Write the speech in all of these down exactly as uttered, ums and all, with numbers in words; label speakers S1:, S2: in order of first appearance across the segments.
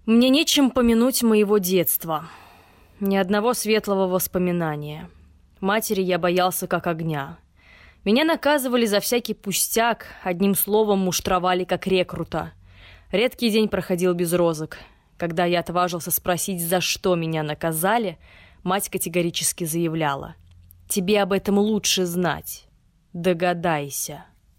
S1: Мне нечем помянуть моего детства. Ни одного светлого воспоминания. Матери я боялся как огня. Меня наказывали за всякий пустяк, одним словом муштровали как рекрута. Редкий день проходил без розыск. Когда я отважился спросить, за что меня наказали, мать категорически заявляла: «Тебе об этом лучше знать. Догадайся».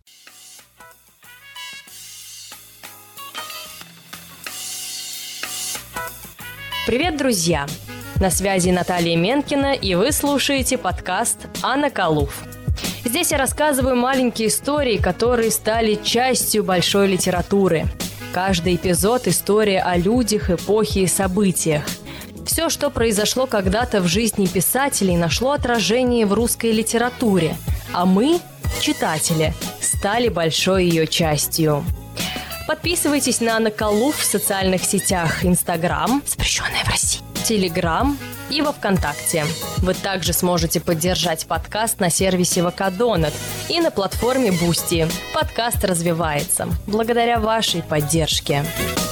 S1: Привет, друзья! На связи Наталья Менкина, и вы слушаете подкаст «Анна Калуф». Здесь я рассказываю маленькие истории, которые стали частью большой литературы. Каждый эпизод – история о людях, эпохе и событиях. Все, что произошло когда-то в жизни писателей, нашло отражение в русской литературе, а мы, читатели, стали большой ее частью. Подписывайтесь на Анна Калуф в социальных сетях Инстаграм, запрещенная в России, Телеграм и во Вконтакте. Вы также сможете поддержать подкаст на сервисе Вакадонат и на платформе Бусти. Подкаст развивается благодаря вашей поддержке.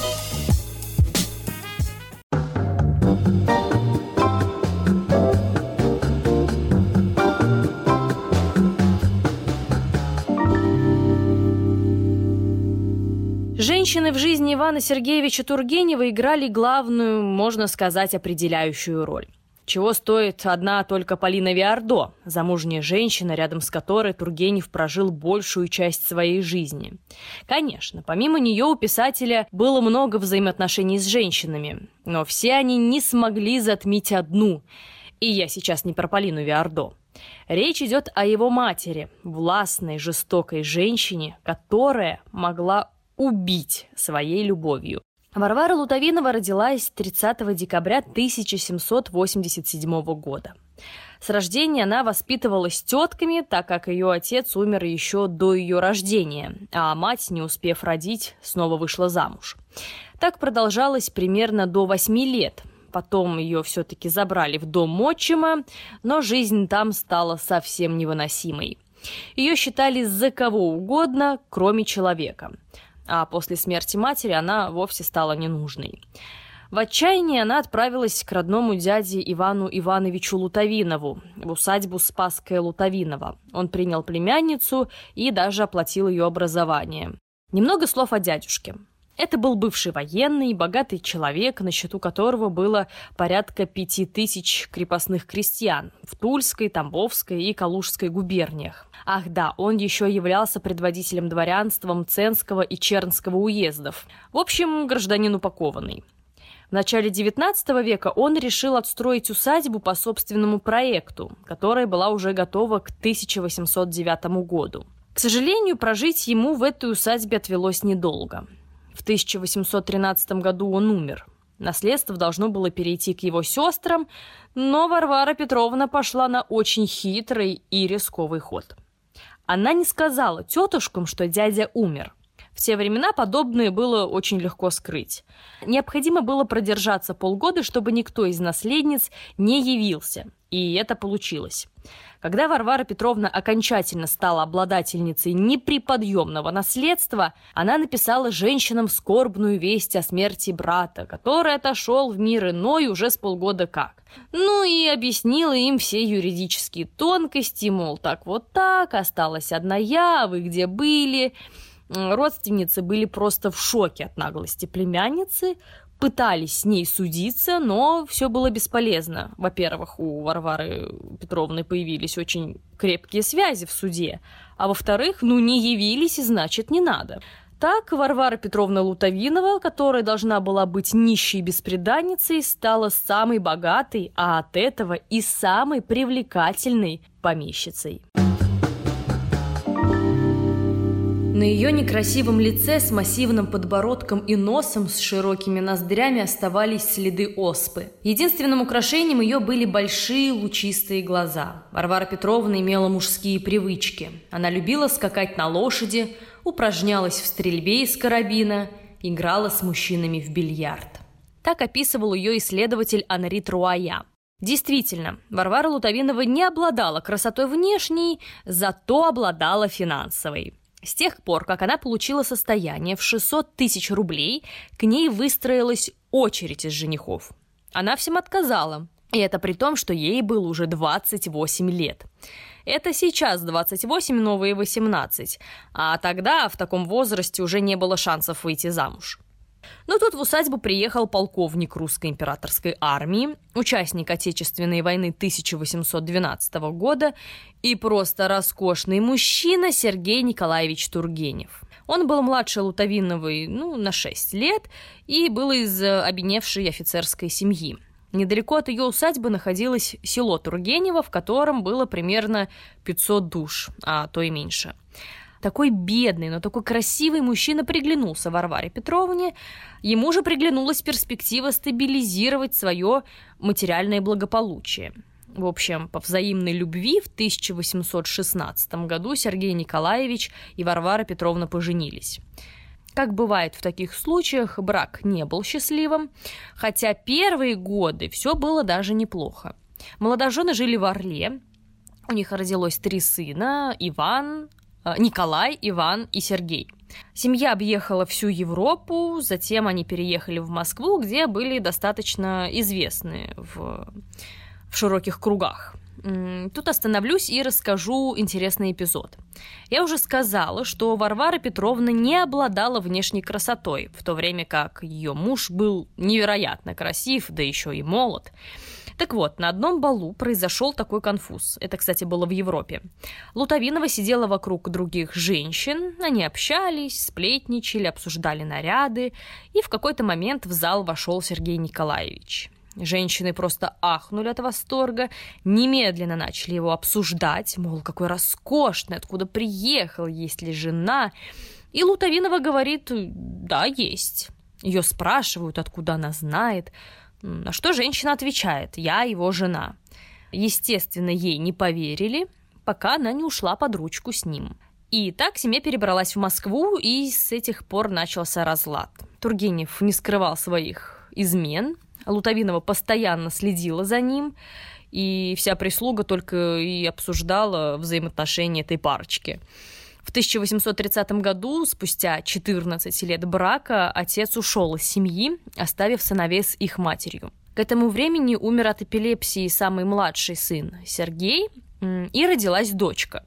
S1: Женщины в жизни Ивана Сергеевича Тургенева играли главную, можно сказать, определяющую роль. Чего стоит одна только Полина Виардо, замужняя женщина, рядом с которой Тургенев прожил большую часть своей жизни. Конечно, помимо нее у писателя было много взаимоотношений с женщинами, но все они не смогли затмить одну. И я сейчас не про Полину Виардо. Речь идет о его матери, властной, жестокой женщине, которая могла убить своей любовью. Варвара Лутовинова родилась тридцатого декабря тысяча семьсот восемьдесят седьмого года. С рождения она воспитывалась тетками, так как ее отец умер еще до ее рождения, а мать, не успев родить, снова вышла замуж. Так продолжалось примерно до восьми лет. Потом ее все-таки забрали в дом отчима, но жизнь там стала совсем невыносимой. Ее считали за кого угодно, кроме человека. А после смерти матери она вовсе стала ненужной. В отчаянии она отправилась к родному дяде Ивану Ивановичу Лутовинову в усадьбу Спасская Лутовинова. Он принял племянницу и даже оплатил ее образование. Немного слов о дядюшке. Это был бывший военный, богатый человек, на счету которого было порядка пяти тысяч крепостных крестьян в Тульской, Тамбовской и Калужской губерниях. Ах да, он еще являлся предводителем дворянства Мценского и Чернского уездов. В общем, гражданин упакованный. В начале девятнадцатого века он решил отстроить усадьбу по собственному проекту, которая была уже готова к тысяча восемьсот девятому году. К сожалению, прожить ему в этой усадьбе отвелось недолго. В тысяча восемьсот тринадцатом году он умер. Наследство должно было перейти к его сестрам, но Варвара Петровна пошла на очень хитрый и рисковый ход. Она не сказала тетушкам, что дядя умер. В те времена подобное было очень легко скрыть. Необходимо было продержаться полгода, чтобы никто из наследниц не явился. И это получилось. Когда Варвара Петровна окончательно стала обладательницей неприподъемного наследства, она написала женщинам скорбную весть о смерти брата, который отошел в мир иной уже с полгода как. Ну и объяснила им все юридические тонкости, мол, так вот так, осталась одна я, а вы где были? Родственницы были просто в шоке от наглости племянницы, пытались с ней судиться, но все было бесполезно. Во-первых, у Варвары Петровны появились очень крепкие связи в суде, а во-вторых, ну не явились, и значит не надо. Так Варвара Петровна Лутовинова, которая должна была быть нищей бесприданницей, стала самой богатой, а от этого и самой привлекательной помещицей. На ее некрасивом лице с массивным подбородком и носом с широкими ноздрями оставались следы оспы. Единственным украшением ее были большие лучистые глаза. Варвара Петровна имела мужские привычки. Она любила скакать на лошади, упражнялась в стрельбе из карабина, играла с мужчинами в бильярд. Так описывал ее исследователь Анри Труая. Действительно, Варвара Лутовинова не обладала красотой внешней, зато обладала финансовой. С тех пор, как она получила состояние в шестьсот тысяч рублей, к ней выстроилась очередь из женихов. Она всем отказала, и это при том, что ей было уже двадцать восемь лет. Это сейчас двадцать восемь, новые восемнадцать, а тогда в таком возрасте уже не было шансов выйти замуж. Но тут в усадьбу приехал полковник русской императорской армии, участник Отечественной войны тысяча восемьсот двенадцатого года и просто роскошный мужчина Сергей Николаевич Тургенев. Он был младше Лутовиновой, ну, на шесть лет и был из обедневшей офицерской семьи. Недалеко от ее усадьбы находилось село Тургенево, в котором было примерно пятьсот душ, а то и меньше. Такой бедный, но такой красивый мужчина приглянулся Варваре Петровне. Ему же приглянулась перспектива стабилизировать свое материальное благополучие. В общем, по взаимной любви в тысяча восемьсот шестнадцатом году Сергей Николаевич и Варвара Петровна поженились. Как бывает в таких случаях, брак не был счастливым, хотя первые годы все было даже неплохо. Молодожены жили в Орле, у них родилось три сына – Иван, Николай, Иван и Сергей. Семья объехала всю Европу, затем они переехали в Москву, где были достаточно известны в, в широких кругах. Тут остановлюсь и расскажу интересный эпизод. Я уже сказала, что Варвара Петровна не обладала внешней красотой, в то время как ее муж был невероятно красив, да еще и молод. Так вот, на одном балу произошел такой конфуз. Это, кстати, было в Европе. Лутовинова сидела вокруг других женщин, они общались, сплетничали, обсуждали наряды, и в какой-то момент в зал вошел Сергей Николаевич. Женщины просто ахнули от восторга, немедленно начали его обсуждать, мол, какой роскошный, откуда приехал, есть ли жена. И Лутовинова говорит: да, есть. Ее спрашивают, откуда она знает. На что женщина отвечает: я его жена. Естественно, ей не поверили, пока она не ушла под ручку с ним. И так семья перебралась в Москву, и с этих пор начался разлад. Тургенев не скрывал своих измен, Лутовинова постоянно следила за ним, и вся прислуга только и обсуждала взаимоотношения этой парочки. В тысяча восемьсот тридцатом году, спустя четырнадцать лет брака, отец ушел из семьи, оставив сыновей с их матерью. К этому времени умер от эпилепсии самый младший сын Сергей, и родилась дочка.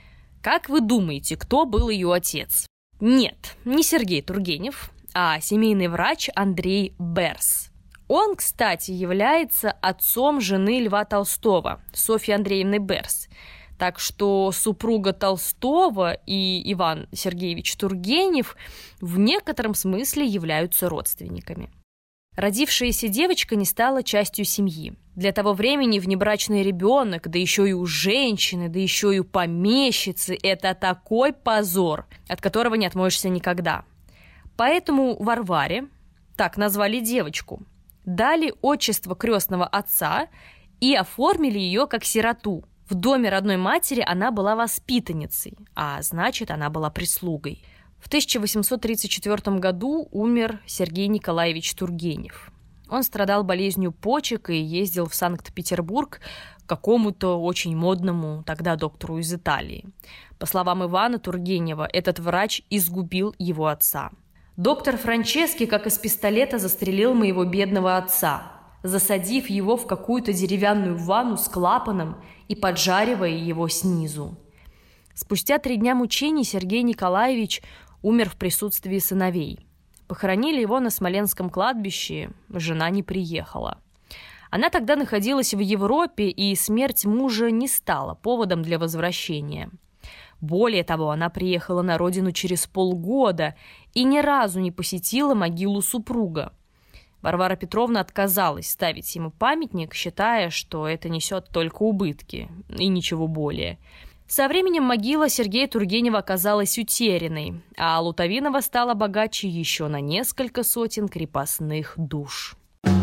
S1: Как вы думаете, кто был ее отец? Нет, не Сергей Тургенев, а семейный врач Андрей Берс. Он, кстати, является отцом жены Льва Толстого, Софьи Андреевны Берс. Так что супруга Толстого и Иван Сергеевич Тургенев в некотором смысле являются родственниками. Родившаяся девочка не стала частью семьи. Для того времени внебрачный ребенок, да еще и у женщины, да еще и у помещицы – это такой позор, от которого не отмоешься никогда. Поэтому Варваре, так назвали девочку, дали отчество крестного отца и оформили ее как сироту. В доме родной матери она была воспитанницей, а значит, она была прислугой. В тысяча восемьсот тридцать четвёртом году умер Сергей Николаевич Тургенев. Он страдал болезнью почек и ездил в Санкт-Петербург к какому-то очень модному тогда доктору из Италии. По словам Ивана Тургенева, этот врач изгубил его отца. «Доктор Франчески, как из пистолета, застрелил моего бедного отца, засадив его в какую-то деревянную ванну с клапаном и поджаривая его снизу». Спустя три дня мучений Сергей Николаевич умер в присутствии сыновей. Похоронили его на Смоленском кладбище, жена не приехала. Она тогда находилась в Европе, и смерть мужа не стала поводом для возвращения. Более того, она приехала на родину через полгода и ни разу не посетила могилу супруга. Варвара Петровна отказалась ставить ему памятник, считая, что это несет только убытки и ничего более. Со временем могила Сергея Тургенева оказалась утерянной, а Лутовинова стала богаче еще на несколько сотен крепостных душ.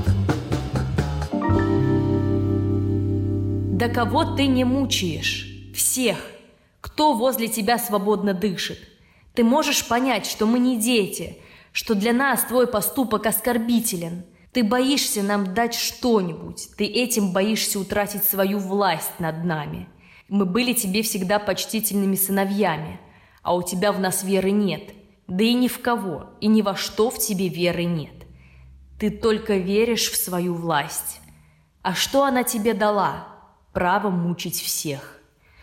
S1: «Да кого ты не мучаешь? Всех! Кто возле тебя свободно дышит? Ты можешь понять, что мы не дети, что для нас твой поступок оскорбителен. Ты боишься нам дать что-нибудь, ты этим боишься утратить свою власть над нами. Мы были тебе всегда почтительными сыновьями, а у тебя в нас веры нет. Да и ни в кого, и ни во что в тебе веры нет. Ты только веришь в свою власть. А что она тебе дала? Право мучить всех».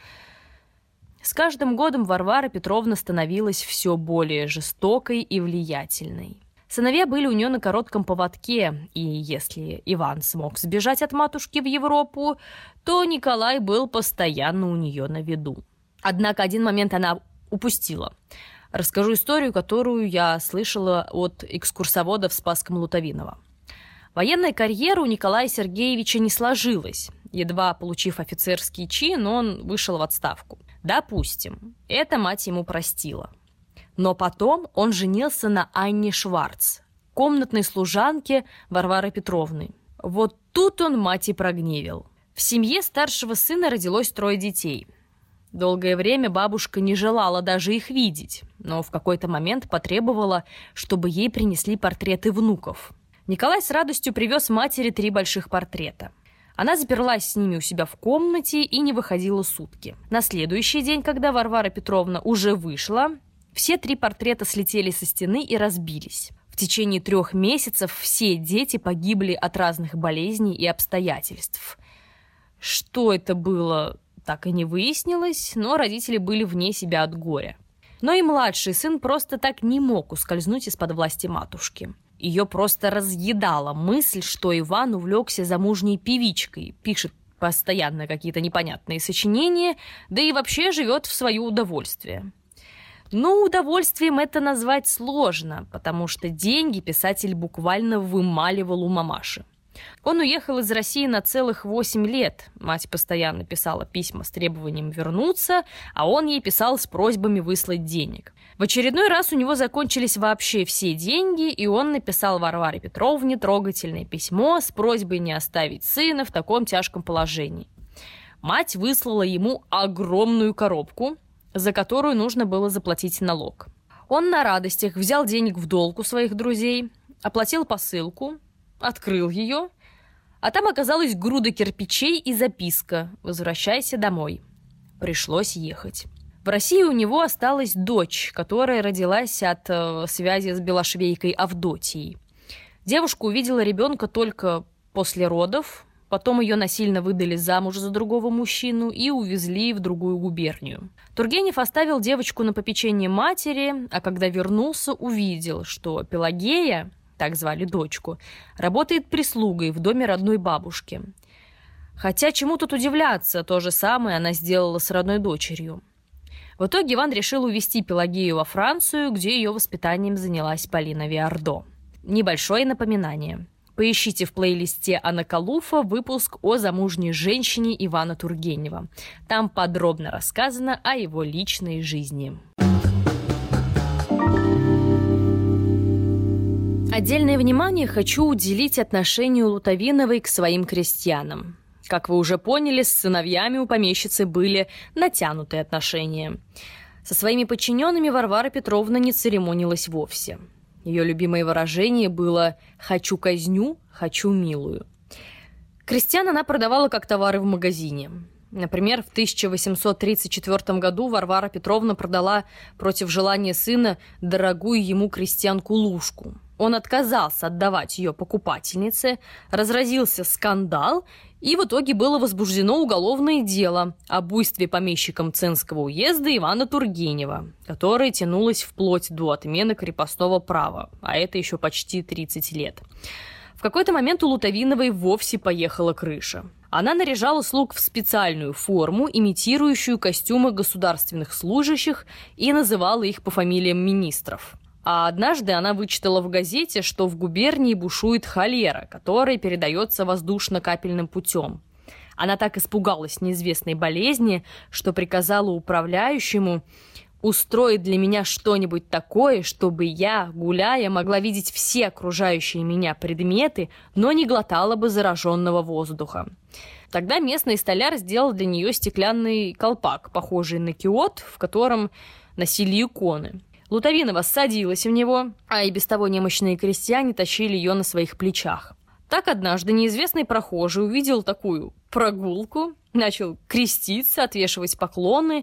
S1: С каждым годом Варвара Петровна становилась все более жестокой и влиятельной. Сыновья были у нее на коротком поводке, и если Иван смог сбежать от матушки в Европу, то Николай был постоянно у нее на виду. Однако один момент она упустила. Расскажу историю, которую я слышала от экскурсоводов Спаска Лутовинова. Военная карьера у Николая Сергеевича не сложилась. Едва получив офицерский чин, он вышел в отставку. Допустим, это мать ему простила. Но потом он женился на Анне Шварц, комнатной служанке Варвары Петровны. Вот тут он мать и прогневил. В семье старшего сына родилось трое детей. Долгое время бабушка не желала даже их видеть, но в какой-то момент потребовала, чтобы ей принесли портреты внуков. Николай с радостью привез матери три больших портрета. Она заперлась с ними у себя в комнате и не выходила сутки. На следующий день, когда Варвара Петровна уже вышла, все три портрета слетели со стены и разбились. В течение трех месяцев все дети погибли от разных болезней и обстоятельств. Что это было, так и не выяснилось, но родители были вне себя от горя. Но и младший сын просто так не мог ускользнуть из-под власти матушки. Ее просто разъедала мысль, что Иван увлекся замужней певичкой, пишет постоянно какие-то непонятные сочинения, да и вообще живет в свое удовольствие. Ну, удовольствием это назвать сложно, потому что деньги писатель буквально вымаливал у мамаши. Он уехал из России на целых восемь лет. Мать постоянно писала письма с требованием вернуться, а он ей писал с просьбами выслать денег. В очередной раз у него закончились вообще все деньги, и он написал Варваре Петровне трогательное письмо с просьбой не оставить сына в таком тяжком положении. Мать выслала ему огромную коробку, за которую нужно было заплатить налог. Он на радостях взял денег в долг у своих друзей, оплатил посылку, открыл ее, а там оказалась груда кирпичей и записка «Возвращайся домой». Пришлось ехать. В России у него осталась дочь, которая родилась от э, связи с белошвейкой Авдотьей. Девушка увидела ребенка только после родов, потом ее насильно выдали замуж за другого мужчину и увезли в другую губернию. Тургенев оставил девочку на попечение матери, а когда вернулся, увидел, что Пелагея, так звали дочку, работает прислугой в доме родной бабушки. Хотя чему тут удивляться, то же самое она сделала с родной дочерью. В итоге Иван решил увезти Пелагею во Францию, где ее воспитанием занялась Полина Виардо. Небольшое напоминание. Поищите в плейлисте Анна Калуфа выпуск о замужней женщине Ивана Тургенева. Там подробно рассказано о его личной жизни. Отдельное внимание хочу уделить отношению Лутовиновой к своим крестьянам. Как вы уже поняли, с сыновьями у помещицы были натянутые отношения. Со своими подчиненными Варвара Петровна не церемонилась вовсе. Ее любимое выражение было «хочу казню, хочу милую». Крестьян она продавала как товары в магазине. Например, в тысяча восемьсот тридцать четвёртом году Варвара Петровна продала против желания сына дорогую ему крестьянку Лушку. Он отказался отдавать ее покупательнице, разразился скандал, и в итоге было возбуждено уголовное дело о буйстве помещиком Ценского уезда Ивана Тургенева, которое тянулось вплоть до отмены крепостного права, а это еще почти тридцать лет. В какой-то момент у Лутовиновой вовсе поехала крыша. Она наряжала слуг в специальную форму, имитирующую костюмы государственных служащих, и называла их по фамилиям министров. А однажды она вычитала в газете, что в губернии бушует холера, которая передается воздушно-капельным путем. Она так испугалась неизвестной болезни, что приказала управляющему устроить для меня что-нибудь такое, чтобы я, гуляя, могла видеть все окружающие меня предметы, но не глотала бы зараженного воздуха. Тогда местный столяр сделал для нее стеклянный колпак, похожий на киот, в котором носили иконы. Лутовинова садилась в него, а и без того немощные крестьяне тащили ее на своих плечах. Так однажды неизвестный прохожий увидел такую прогулку, начал креститься, отвешивать поклоны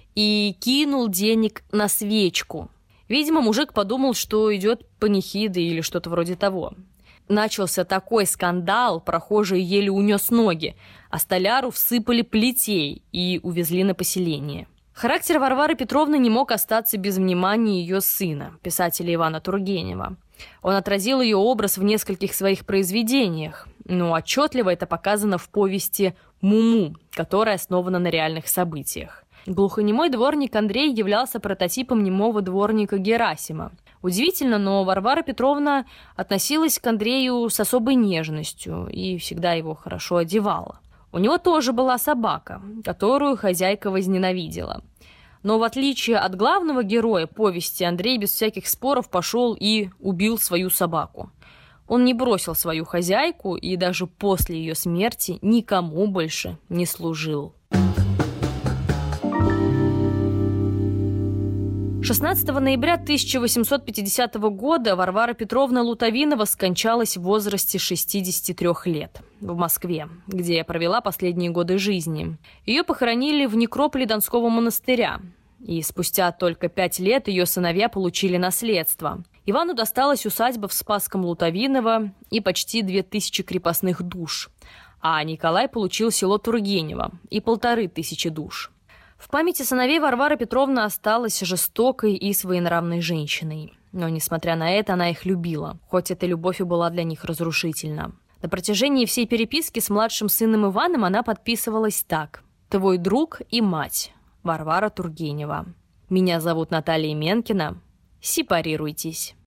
S1: и кинул денег на свечку. Видимо, мужик подумал, что идет панихида или что-то вроде того. Начался такой скандал, прохожий еле унес ноги, а столяру всыпали плетей и увезли на поселение. Характер Варвары Петровны не мог остаться без внимания ее сына, писателя Ивана Тургенева. Он отразил ее образ в нескольких своих произведениях, но отчетливо это показано в повести «Муму», которая основана на реальных событиях. Глухонемой дворник Андрей являлся прототипом немого дворника Герасима. Удивительно, но Варвара Петровна относилась к Андрею с особой нежностью и всегда его хорошо одевала. У него тоже была собака, которую хозяйка возненавидела. Но в отличие от главного героя повести, Андрей без всяких споров пошел и убил свою собаку. Он не бросил свою хозяйку и даже после ее смерти никому больше не служил. шестнадцатого ноября тысяча восемьсот пятидесятого года Варвара Петровна Лутовинова скончалась в возрасте шестидесяти трёх лет в Москве, где провела последние годы жизни. Ее похоронили в некрополе Донского монастыря, и спустя только пять лет ее сыновья получили наследство. Ивану досталась усадьба в Спасском Лутовиново и почти две тысячи крепостных душ, а Николай получил село Тургенево и полторы тысячи душ. В памяти сыновей Варвара Петровна осталась жестокой и своенравной женщиной. Но, несмотря на это, она их любила, хоть эта любовь и была для них разрушительна. На протяжении всей переписки с младшим сыном Иваном она подписывалась так: «Твой друг и мать, Варвара Тургенева. Меня зовут Наталья Менкина. Сепарируйтесь».